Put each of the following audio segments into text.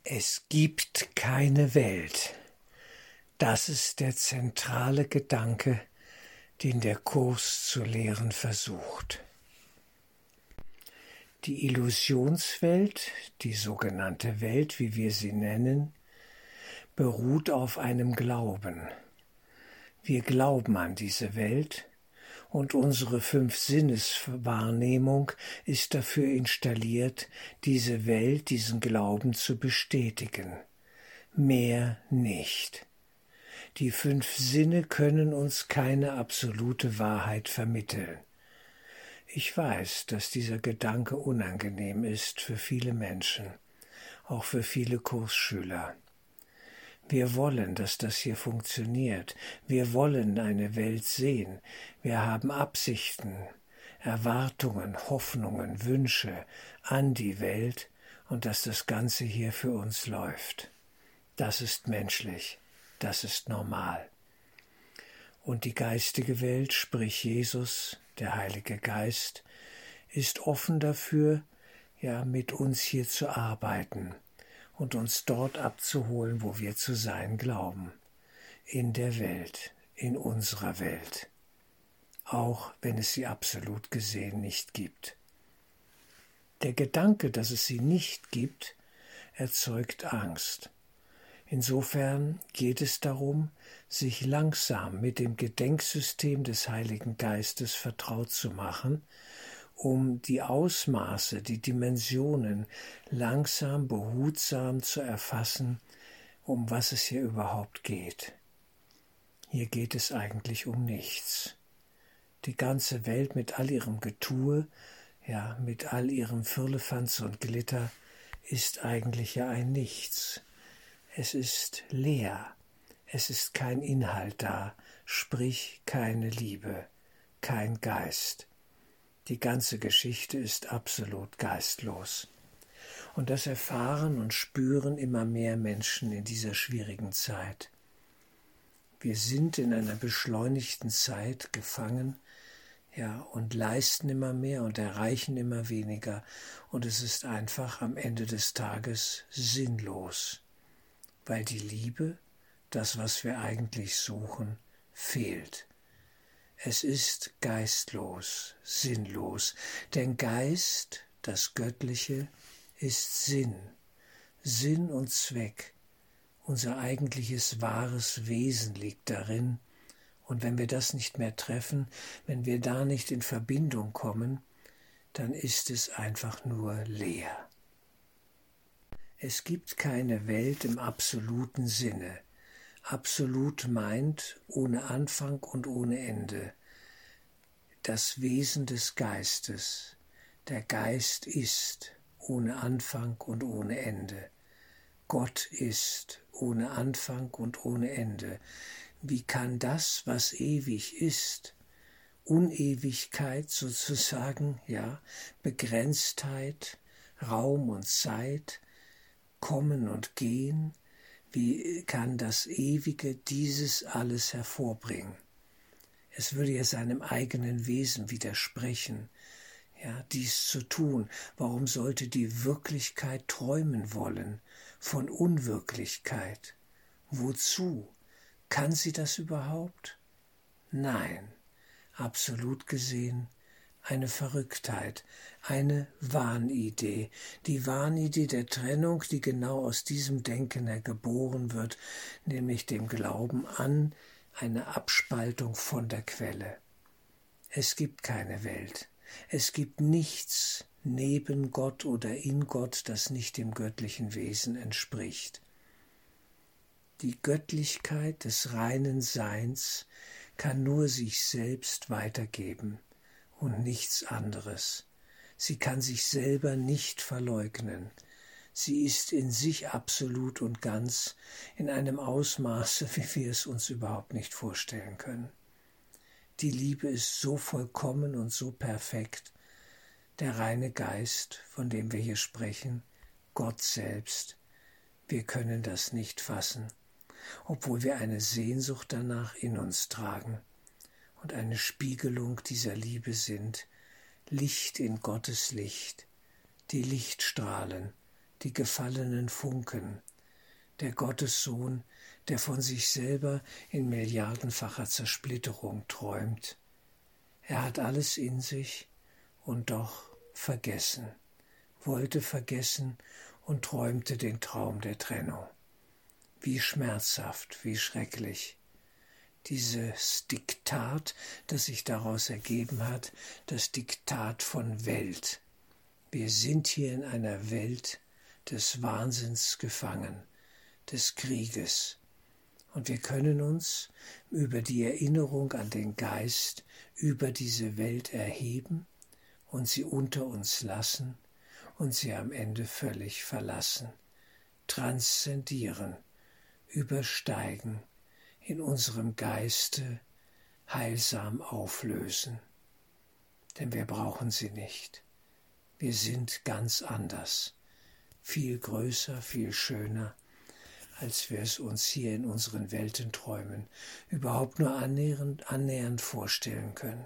Es gibt keine Welt. Das ist der zentrale Gedanke, den der Kurs zu lehren versucht. Die Illusionswelt, die sogenannte Welt, wie wir sie nennen, beruht auf einem Glauben. Wir glauben an diese Welt und unsere 5-Sinneswahrnehmung ist dafür installiert, diese Welt, diesen Glauben zu bestätigen. Mehr nicht. Die 5 Sinne können uns keine absolute Wahrheit vermitteln. Ich weiß, dass dieser Gedanke unangenehm ist für viele Menschen, auch für viele Kursschüler. Wir wollen, dass das hier funktioniert. Wir wollen eine Welt sehen. Wir haben Absichten, Erwartungen, Hoffnungen, Wünsche an die Welt und dass das Ganze hier für uns läuft. Das ist menschlich, das ist normal. Und die geistige Welt, sprich Jesus, der Heilige Geist, ist offen dafür, mit uns hier zu arbeiten und uns dort abzuholen, wo wir zu sein glauben, in der Welt, in unserer Welt, auch wenn es sie absolut gesehen nicht gibt. Der Gedanke, dass es sie nicht gibt, erzeugt Angst. Insofern geht es darum, sich langsam mit dem Gedenksystem des Heiligen Geistes vertraut zu machen, um die Ausmaße, die Dimensionen langsam, behutsam zu erfassen, um was es hier überhaupt geht. Hier geht es eigentlich um nichts. Die ganze Welt mit all ihrem Getue, mit all ihrem Firlefanz und Glitter, ist eigentlich ein Nichts. Es ist leer, es ist kein Inhalt da, sprich keine Liebe, kein Geist. Die ganze Geschichte ist absolut geistlos. Und das erfahren und spüren immer mehr Menschen in dieser schwierigen Zeit. Wir sind in einer beschleunigten Zeit gefangen, und leisten immer mehr und erreichen immer weniger. Und es ist einfach am Ende des Tages sinnlos, weil die Liebe, das, was wir eigentlich suchen, fehlt. Es ist geistlos, sinnlos, denn Geist, das Göttliche, ist Sinn, Sinn und Zweck. Unser eigentliches wahres Wesen liegt darin, und wenn wir das nicht mehr treffen, wenn wir da nicht in Verbindung kommen, dann ist es einfach nur leer. Es gibt keine Welt im absoluten Sinne. Absolut meint ohne Anfang und ohne Ende. Das Wesen des Geistes. Der Geist ist ohne Anfang und ohne Ende. Gott ist ohne Anfang und ohne Ende. Wie kann das, was ewig ist, Unewigkeit sozusagen, Begrenztheit, Raum und Zeit, Kommen und Gehen, wie kann das Ewige dieses alles hervorbringen? Es würde ja seinem eigenen Wesen widersprechen, dies zu tun. Warum sollte die Wirklichkeit träumen wollen von Unwirklichkeit? Wozu? Kann sie das überhaupt? Nein, absolut gesehen eine Verrücktheit, eine Wahnidee, die Wahnidee der Trennung, die genau aus diesem Denken geboren wird, nämlich dem Glauben an eine Abspaltung von der Quelle. Es gibt keine Welt, es gibt nichts neben Gott oder in Gott, das nicht dem göttlichen Wesen entspricht. Die Göttlichkeit des reinen Seins kann nur sich selbst weitergeben und nichts anderes. Sie kann sich selber nicht verleugnen. Sie ist in sich absolut und ganz, in einem Ausmaße, wie wir es uns überhaupt nicht vorstellen können. Die Liebe ist so vollkommen und so perfekt. Der reine Geist, von dem wir hier sprechen, Gott selbst, wir können das nicht fassen, obwohl wir eine Sehnsucht danach in uns tragen und eine Spiegelung dieser Liebe sind, Licht in Gottes Licht, die Lichtstrahlen, die gefallenen Funken, der Gottessohn, der von sich selber in milliardenfacher Zersplitterung träumt. Er hat alles in sich und doch vergessen, wollte vergessen und träumte den Traum der Trennung. Wie schmerzhaft, wie schrecklich. Dieses Diktat, das sich daraus ergeben hat, das Diktat von Welt. Wir sind hier in einer Welt des Wahnsinns gefangen, des Krieges. Und wir können uns über die Erinnerung an den Geist über diese Welt erheben und sie unter uns lassen und sie am Ende völlig verlassen, transzendieren, übersteigen, in unserem Geiste heilsam auflösen. Denn wir brauchen sie nicht. Wir sind ganz anders, viel größer, viel schöner, als wir es uns hier in unseren Weltenträumen überhaupt nur annähernd vorstellen können.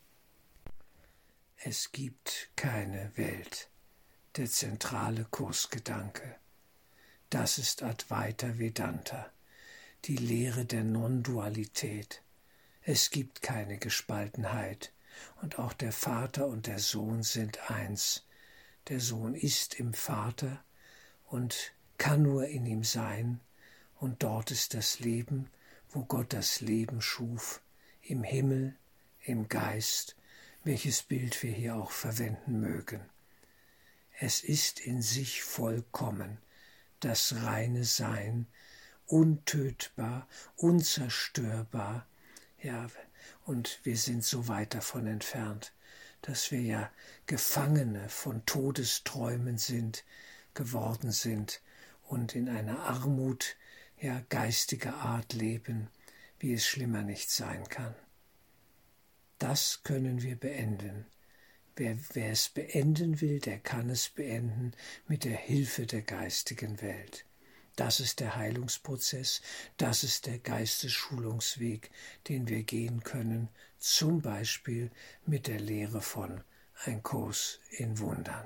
Es gibt keine Welt, der zentrale Kursgedanke. Das ist Advaita Vedanta, die Lehre der Non-Dualität. Es gibt keine Gespaltenheit und auch der Vater und der Sohn sind eins. Der Sohn ist im Vater und kann nur in ihm sein und dort ist das Leben, wo Gott das Leben schuf, im Himmel, im Geist, welches Bild wir hier auch verwenden mögen. Es ist in sich vollkommen, das reine Sein, untötbar, unzerstörbar, ja, und wir sind so weit davon entfernt, dass wir ja Gefangene von Todesträumen geworden sind und in einer Armut, ja, geistiger Art leben, wie es schlimmer nicht sein kann. Das können wir beenden. Wer es beenden will, der kann es beenden mit der Hilfe der geistigen Welt. Das ist der Heilungsprozess, das ist der Geistesschulungsweg, den wir gehen können, zum Beispiel mit der Lehre von Ein Kurs in Wundern.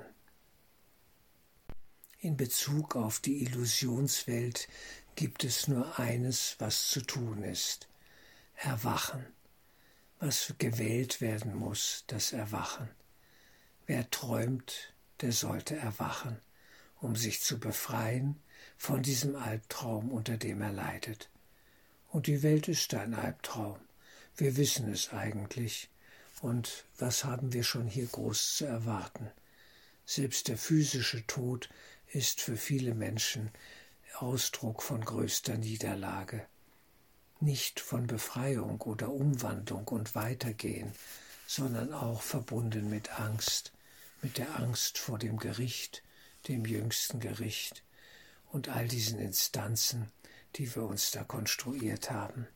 In Bezug auf die Illusionswelt gibt es nur eines, was zu tun ist: Erwachen. Was gewählt werden muss, das Erwachen. Wer träumt, der sollte erwachen, um sich zu befreien von diesem Albtraum, unter dem er leidet. Und die Welt ist ein Albtraum. Wir wissen es eigentlich. Und was haben wir schon hier groß zu erwarten? Selbst der physische Tod ist für viele Menschen Ausdruck von größter Niederlage. Nicht von Befreiung oder Umwandlung und Weitergehen, sondern auch verbunden mit Angst, mit der Angst vor dem Gericht, dem jüngsten Gericht und all diesen Instanzen, die wir uns da konstruiert haben.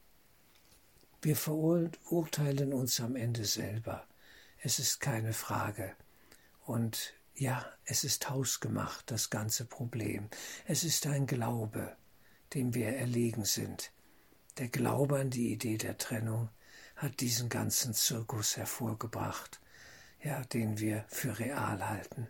Wir verurteilen uns am Ende selber. Es ist keine Frage. Und ja, es ist hausgemacht, das ganze Problem. Es ist ein Glaube, dem wir erlegen sind. Der Glaube an die Idee der Trennung hat diesen ganzen Zirkus hervorgebracht, ja, den wir für real halten.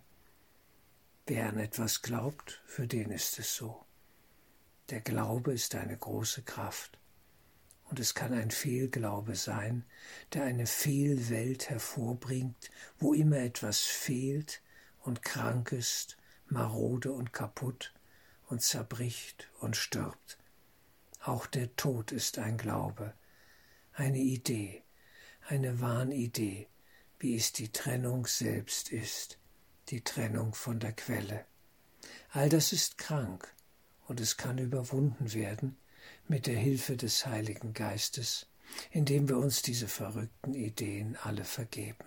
Wer an etwas glaubt, für den ist es so. Der Glaube ist eine große Kraft. Und es kann ein Fehlglaube sein, der eine Fehlwelt hervorbringt, wo immer etwas fehlt und krank ist, marode und kaputt und zerbricht und stirbt. Auch der Tod ist ein Glaube, eine Idee, eine Wahnidee, wie es die Trennung selbst ist, die Trennung von der Quelle. All das ist krank und es kann überwunden werden mit der Hilfe des Heiligen Geistes, indem wir uns diese verrückten Ideen alle vergeben.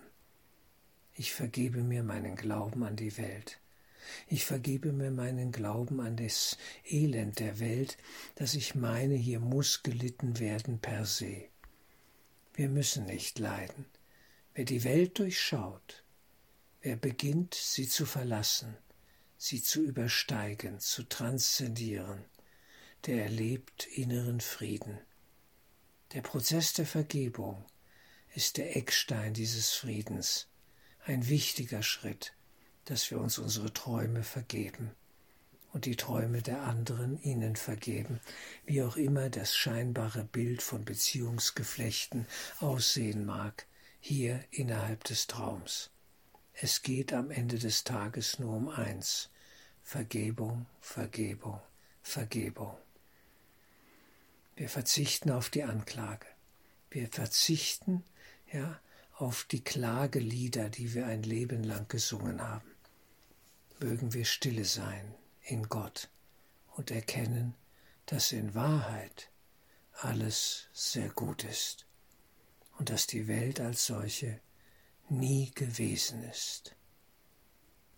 Ich vergebe mir meinen Glauben an die Welt. Ich vergebe mir meinen Glauben an das Elend der Welt, dass ich meine, hier muss gelitten werden per se. Wir müssen nicht leiden. Wer die Welt durchschaut, wer beginnt, sie zu verlassen, sie zu übersteigen, zu transzendieren, der erlebt inneren Frieden. Der Prozess der Vergebung ist der Eckstein dieses Friedens, ein wichtiger Schritt, dass wir uns unsere Träume vergeben. und die Träume der anderen ihnen vergeben, wie auch immer das scheinbare Bild von Beziehungsgeflechten aussehen mag, hier innerhalb des Traums. Es geht am Ende des Tages nur um eins: Vergebung, Vergebung, Vergebung. Wir verzichten auf die Anklage. Wir verzichten, auf die Klagelieder, die wir ein Leben lang gesungen haben. Mögen wir stille sein in Gott und erkennen, dass in Wahrheit alles sehr gut ist und dass die Welt als solche nie gewesen ist.